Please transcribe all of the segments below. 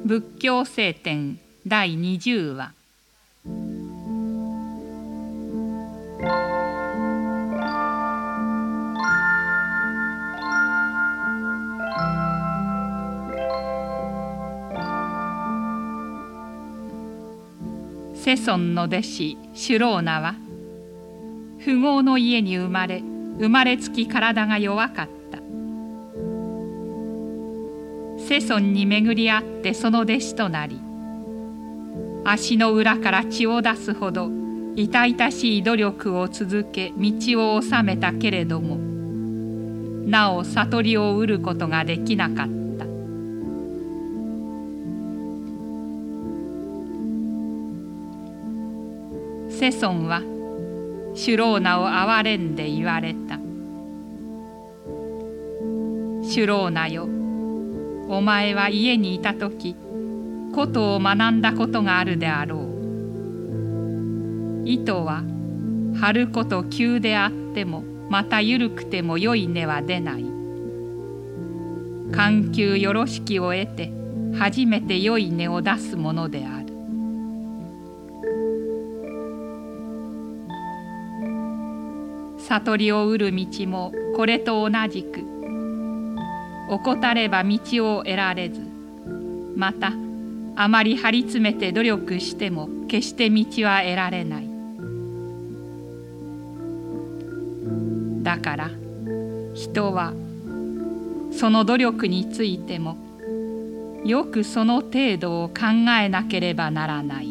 仏教聖典第20話。世尊の弟子シュローナは富豪の家に生まれつき体が弱かった。世尊に巡り合ってその弟子となり、足の裏から血を出すほど痛々しい努力を続け道を治めたけれども、なお悟りを得ることができなかった。世尊はシュローナを憐れんで言われた。シュローナよ、お前は家にいたとき、琴を学んだことがあるであろう。糸は張ること急であっても、また緩くても良い音は出ない。緩急よろしきを得て、初めて良い音を出すものである。悟りを得る道もこれと同じく、怠れば道を得られず、またあまり張り詰めて努力しても決して道は得られない。だから人はその努力についてもよくその程度を考えなければならない。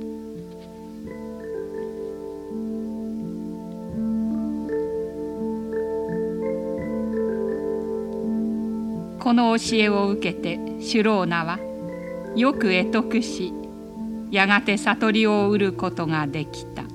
この教えを受けてシュローナはよく会得し、やがて悟りを得ることができた。